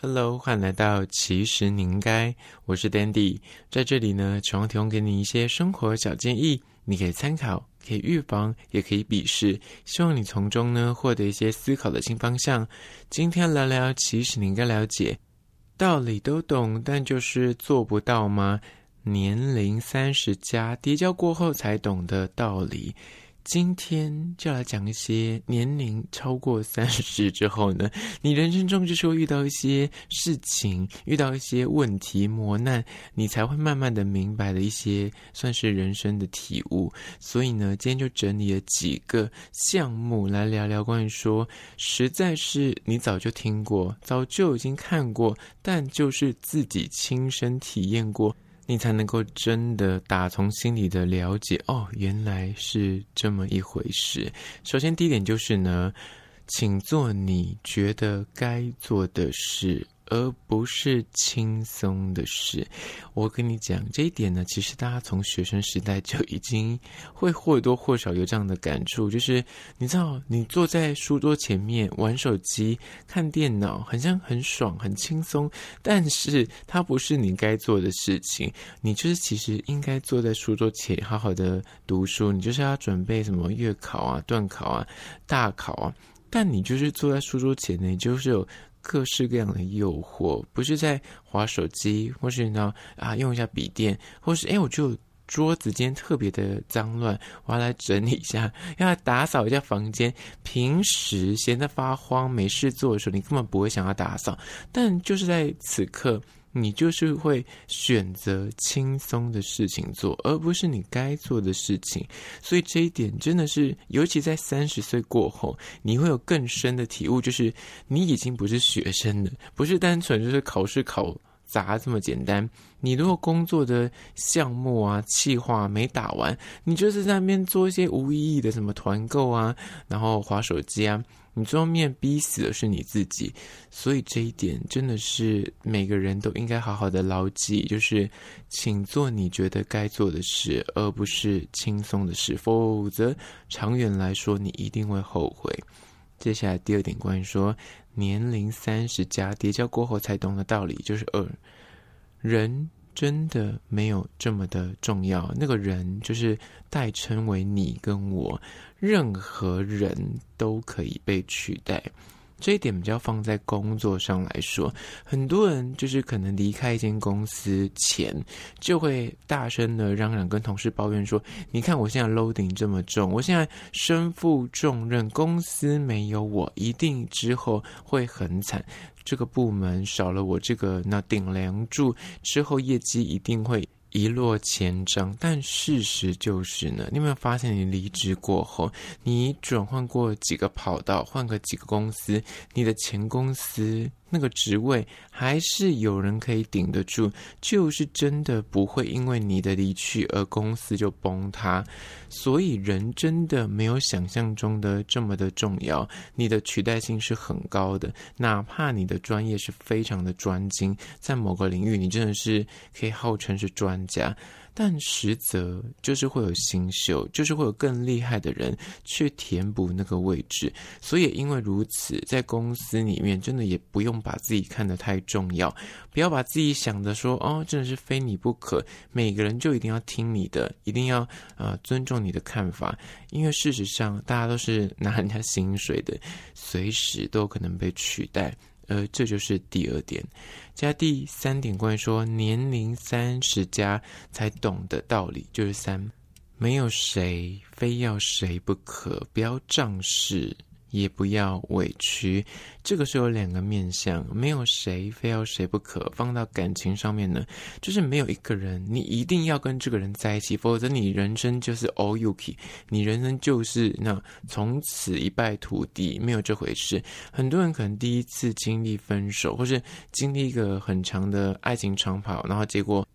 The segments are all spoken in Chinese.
Hello， 欢迎来到其实你应该，我是 Dandy， 在这里呢，希望提供给你一些生活小建议，你可以参考，可以预防，也可以鄙视，希望你从中呢获得一些思考的新方向。今天聊聊其实你应该了解，道理都懂，但就是做不到吗？年龄30+跌跤过后才懂的道理。今天就来讲一些年龄超过30之后呢，你人生中就是会遇到一些事情，遇到一些问题磨难，你才会慢慢的明白的一些算是人生的体悟。所以呢，今天就整理了几个项目来聊聊关于说，实在是你早就听过，早就已经看过，但就是自己亲身体验过，你才能够真的打从心里的了解，哦，原来是这么一回事。首先第一点就是呢，请做你觉得该做的事，而不是轻松的事。我跟你讲这一点呢，其实大家从学生时代就已经会或多或少有这样的感触，就是你知道你坐在书桌前面玩手机看电脑，好像很爽很轻松，但是它不是你该做的事情。你就是其实应该坐在书桌前好好的读书，你就是要准备什么月考啊、段考啊、大考啊，但你就是坐在书桌前呢，你就是有各式各样的诱惑，不是在滑手机，或是用一下笔电，或是我就桌子今天特别的脏乱，我要来整理一下，要来打扫一下房间。平时闲得发慌没事做的时候，你根本不会想要打扫，但就是在此刻你就是会选择轻松的事情做，而不是你该做的事情。所以这一点真的是，尤其在30岁过后，你会有更深的体悟，就是你已经不是学生了，不是单纯就是考试考砸这么简单。你如果工作的项目啊、企划没打完，你就是在那边做一些无意义的什么团购啊，然后滑手机啊，你最后面逼死的是你自己。所以这一点真的是每个人都应该好好的牢记，就是请做你觉得该做的事，而不是轻松的事，否则长远来说你一定会后悔。接下来第二点，关于说年龄30+跌跤过后才懂的道理，就是2，人真的没有这么的重要。那个人就是代称为你跟我，任何人都可以被取代。这一点比较放在工作上来说，很多人就是可能离开一间公司前，就会大声的嚷嚷跟同事抱怨说，你看我现在 loading 这么重，我现在身负重任，公司没有我一定之后会很惨，这个部门少了我这个顶梁柱，之后业绩一定会一落千丈。但事实就是呢，你有没有发现，你离职过后，你转换过几个跑道，换个几个公司，你的前公司那个职位还是有人可以顶得住，就是真的不会因为你的离去而公司就崩塌。所以人真的没有想象中的这么的重要，你的取代性是很高的，哪怕你的专业是非常的专精，在某个领域你真的是可以号称是专家，但实则就是会有新秀，就是会有更厉害的人去填补那个位置。所以也因为如此，在公司里面真的也不用把自己看得太重要，不要把自己想的说，真的是非你不可，每个人就一定要听你的，一定要尊重你的看法。因为事实上大家都是拿人家薪水的，随时都有可能被取代。这就是第2点。加第3点，关于说年龄30+才懂的道理，就是3，没有谁非要谁不可，不要仗势，也不要委屈。这个是有2个面向，没有谁非要谁不可。放到感情上面呢，就是没有一个人你一定要跟这个人在一起，否则你人生就是 all yuki， 你人生就是从此一败涂地，没有这回事。很多人可能第一次经历分手，或是经历一个很长的爱情长跑，然后结果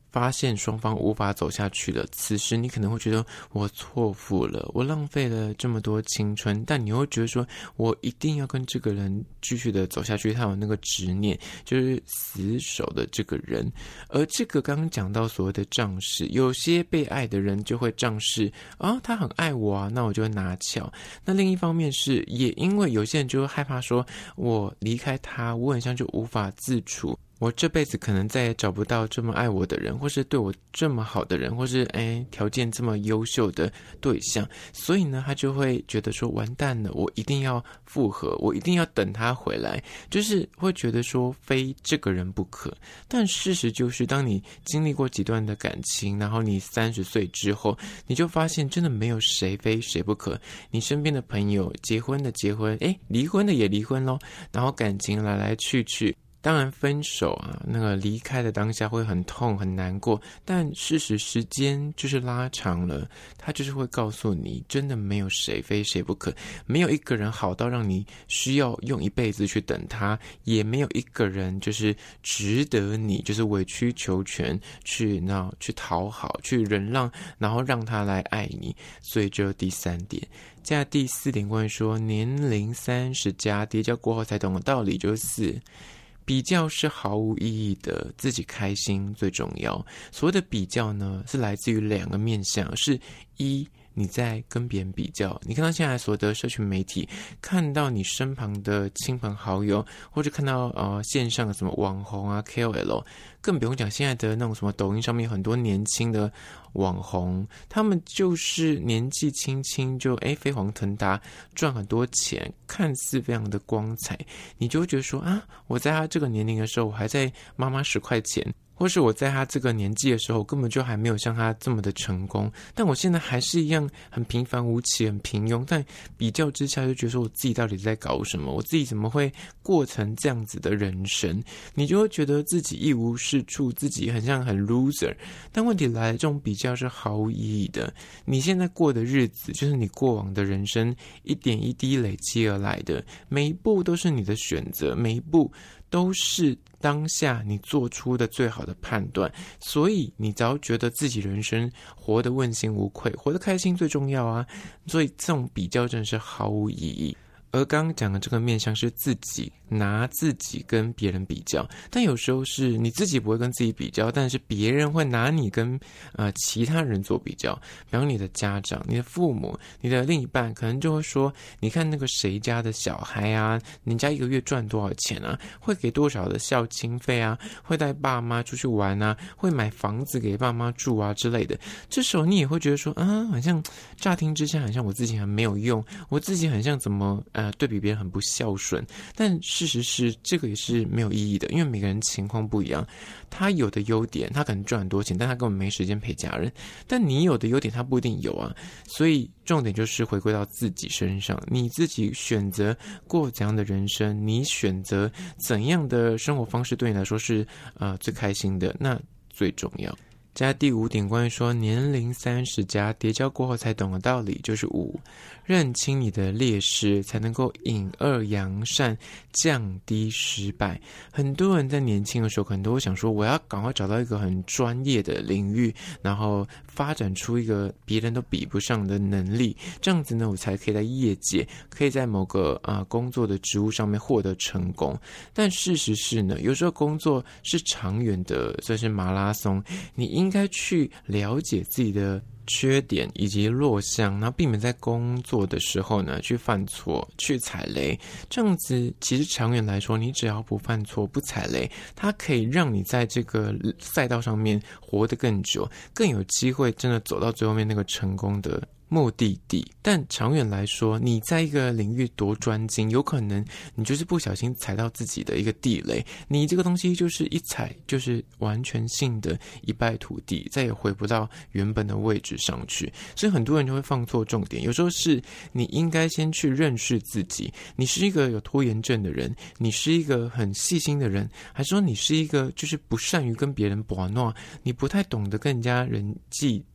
发现双方无法走下去了，此时你可能会觉得我错付了，我浪费了这么多青春，但你会觉得说我一定要跟这个人继续的走下去，他有那个执念，就是死守的这个人。而这个刚刚讲到所谓的仗势，有些被爱的人就会仗势啊，他很爱我啊，那我就会拿翘。那另一方面是，也因为有些人就会害怕说，我离开他，我很像就无法自处，我这辈子可能再也找不到这么爱我的人，或是对我这么好的人，或是条件这么优秀的对象，所以呢他就会觉得说完蛋了，我一定要复合，我一定要等他回来，就是会觉得说非这个人不可。但事实就是当你经历过几段的感情，然后你30岁之后，你就发现真的没有谁非谁不可。你身边的朋友结婚的结婚，离婚的也离婚咯，然后感情来来去去，当然分手啊，那个离开的当下会很痛很难过，但事实时间就是拉长了，他就是会告诉你，真的没有谁非谁不可，没有一个人好到让你需要用一辈子去等他，也没有一个人就是值得你就是委曲求全去讨好去忍让，然后让他来爱你。所以这是第3点。接下来第4点，关于说年龄30加跌交过后才懂的道理，就是比较是毫无意义的，自己开心最重要。所谓的比较呢，是来自于2个面向，是一，你在跟别人比较，你看到现在所有的社群媒体，看到你身旁的亲朋好友，或者看到线上的什么网红啊 KOL， 更不用讲现在的那种什么抖音上面很多年轻的网红，他们就是年纪轻轻就飞黄腾达，赚很多钱，看似非常的光彩，你就会觉得说啊，我在他这个年龄的时候，我还在妈妈10块钱，或是我在他这个年纪的时候根本就还没有像他这么的成功，但我现在还是一样很平凡无奇很平庸，但比较之下就觉得说我自己到底在搞什么，我自己怎么会过成这样子的人生，你就会觉得自己一无是处，自己很像很 loser。 但问题来了，这种比较是毫无意义的，你现在过的日子就是你过往的人生一点一滴累积而来的，每一步都是你的选择，每一步都是当下你做出的最好的判断，所以你只要觉得自己人生活得问心无愧，活得开心最重要啊，所以这种比较真的是毫无意义。而刚刚讲的这个面向是自己拿自己跟别人比较，但有时候是你自己不会跟自己比较，但是别人会拿你跟其他人做比较，比方你的家长、你的父母、你的另一半，可能就会说，你看那个谁家的小孩啊，人家一个月赚多少钱啊，会给多少的孝亲费啊，会带爸妈出去玩啊，会买房子给爸妈住啊之类的。这时候你也会觉得说好像乍听之下好像我自己很没有用，我自己很像怎么对比别人很不孝顺，但事实是这个也是没有意义的，因为每个人情况不一样，他有的优点他可能赚很多钱，但他根本没时间陪家人，但你有的优点他不一定有啊，所以重点就是回归到自己身上，你自己选择过怎样的人生，你选择怎样的生活方式对你来说是最开心的，那最重要。加第5点，关于说年龄30加跌交过后才懂的道理，就是5，认清你的劣势，才能够隐恶扬善，降低失败。很多人在年轻的时候可能都会想说，我要赶快找到一个很专业的领域，然后发展出一个别人都比不上的能力，这样子呢我才可以在业界，可以在某个工作的职务上面获得成功。但事实是呢，有时候工作是长远的，算是马拉松，你应该去了解自己的缺点以及弱项，然后避免在工作的时候呢去犯错去踩雷，这样子其实长远来说，你只要不犯错不踩雷，它可以让你在这个赛道上面活得更久，更有机会真的走到最后面那个成功的目的地。但长远来说，你在一个领域多专精，有可能你就是不小心踩到自己的一个地雷，你这个东西就是一踩就是完全性的一败涂地，再也回不到原本的位置上去。所以很多人就会放错重点，有时候是你应该先去认识自己，你是一个有拖延症的人，你是一个很细心的人，还是说你是一个就是不善于跟别人把闹，你不太懂得跟人家人际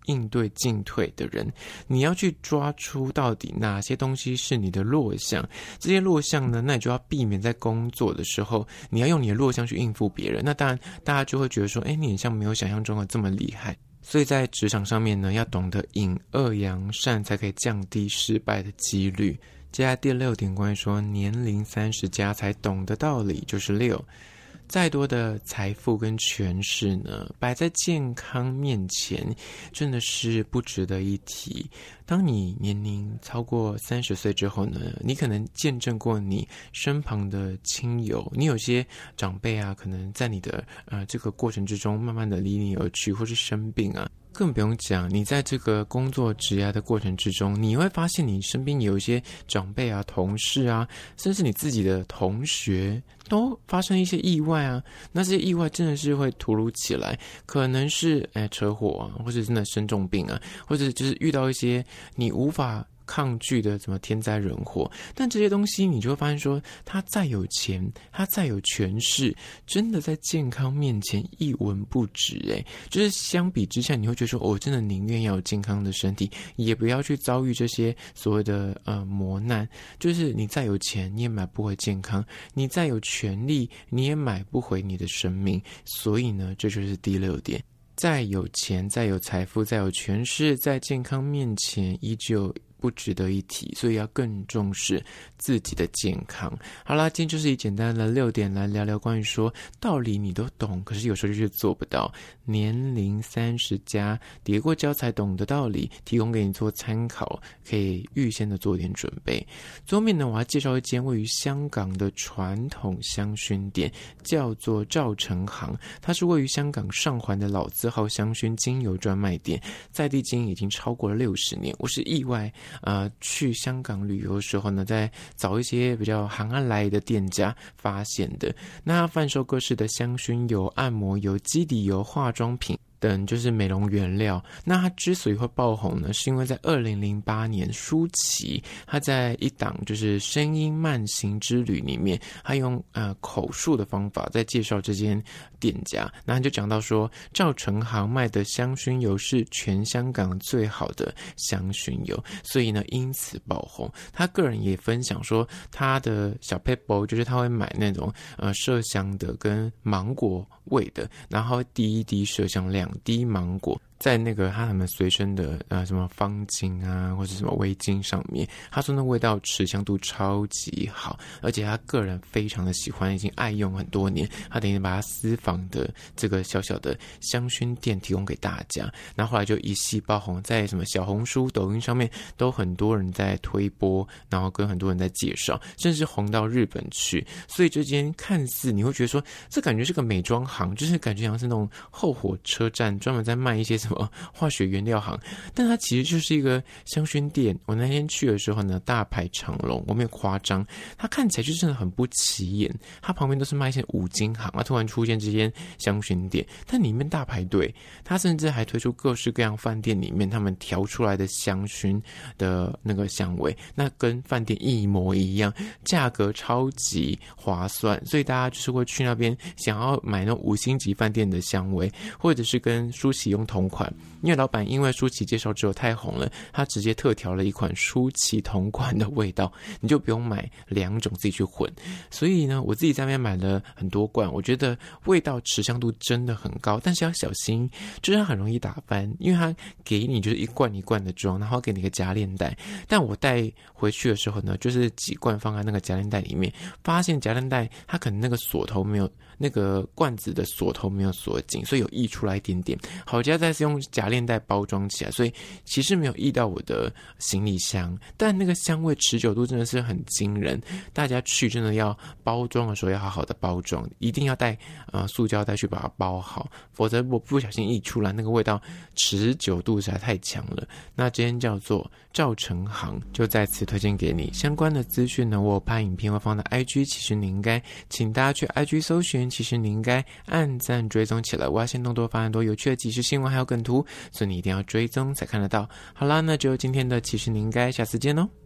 应对进退的人，你要去抓出到底哪些东西是你的弱项，这些弱项呢，那你就要避免在工作的时候你要用你的弱项去应付别人，那当然大家就会觉得说，你很像没有想象中的这么厉害。所以在职场上面呢，要懂得隐恶扬善，才可以降低失败的几率。接下来第6点，关于说年龄30+才懂的道理，就是6，再多的财富跟权势呢，摆在健康面前真的是不值得一提。当你年龄超过30岁之后呢，你可能见证过你身旁的亲友，你有些长辈啊，可能在你的这个过程之中慢慢的离你而去，或是生病啊，更不用讲你在这个工作职业的过程之中，你会发现你身边有一些长辈啊、同事啊，甚至你自己的同学都发生一些意外啊。那这些意外真的是会突如其来，可能是车祸啊，或者真的生重病啊，或者就是遇到一些你无法抗拒的什么天灾人祸，但这些东西你就会发现说，他再有钱，他再有权势，真的在健康面前一文不值。就是相比之下，你会觉得说，我真的宁愿要有健康的身体，也不要去遭遇这些所谓的磨难。就是你再有钱，你也买不回健康；你再有权利，你也买不回你的生命。所以呢，这就是第6点。再有钱，再有财富，再有权势，在健康面前依旧不值得一提，所以要更重视自己的健康。好啦，今天就是以简单的6点来聊聊关于说道理你都懂，可是有时候就是做不到。年龄30+跌过跤才懂的道理，提供给你做参考，可以预先的做点准备。最后面呢，我要介绍一间位于香港的传统香薰店，叫做赵成行，它是位于香港上环的老字号香薰精油专卖店，在地经营已经超过了60年。我是意外去香港旅游的时候呢，在找一些比较行安来的店家发现的。那它贩售各式的香薰油、按摩油、基底油、化妆品等，就是美容原料。那它之所以会爆红呢，是因为在2008年舒淇他在一档就是声音慢行之旅里面，他用口述的方法在介绍这间店家，那他就讲到说，赵成行卖的香薰油是全香港最好的香薰油，所以呢因此爆红。他个人也分享说，他的小 paper 就是他会买那种麝香的跟芒果味的，然后滴一滴麝香2滴芒果，在那个他们随身的什么方巾啊或者什么围巾上面，他说那味道持香度超级好，而且他个人非常的喜欢，已经爱用很多年。他等于把他私房的这个小小的香薰店提供给大家，然后后来就一夕爆红，在什么小红书、抖音上面都很多人在推播，然后跟很多人在介绍，甚至红到日本去。所以这间看似你会觉得说，这感觉是个美妆行，就是感觉像是那种后火车站专门在卖一些什么化学原料行，但它其实就是一个香薰店。我那天去的时候呢，大排长龙，我没有夸张，它看起来就真的很不起眼。它旁边都是卖一些五金行，突然出现这间香薰店，但里面大排队。它甚至还推出各式各样饭店里面他们调出来的香薰的那个香味，那跟饭店一模一样，价格超级划算，所以大家就是会去那边想要买那种5星级饭店的香味，或者是跟舒淇用同款。因为老板因为舒淇介绍之后太红了，他直接特调了一款舒淇同款的味道，你就不用买2种自己去混。所以呢，我自己在那边买了很多罐，我觉得味道持香度真的很高，但是要小心，就是它很容易打翻，因为它给你就是一罐一罐的装，然后给你个夹链袋。但我带回去的时候呢，就是几罐放在那个夹链袋里面，发现夹链袋它可能那个锁头没有，那个罐子的锁头没有锁紧，所以有溢出来一点点。好家在是用夹链袋包装起来，所以其实没有溢到我的行李箱，但那个香味持久度真的是很惊人。大家去真的要包装的时候要好好的包装，一定要带塑胶袋去把它包好，否则我不小心溢出来，那个味道持久度实在太强了。那今天叫做赵成行，就在此推荐给你。相关的资讯呢，我有拍影片会放到 IG， 其实你应该请大家去 IG 搜寻，其实你应该按赞追踪起来，我要先动多发很多有趣的即时新闻还有梗图，所以你一定要追踪才看得到。好啦，那就今天的其实你应该，下次见咯。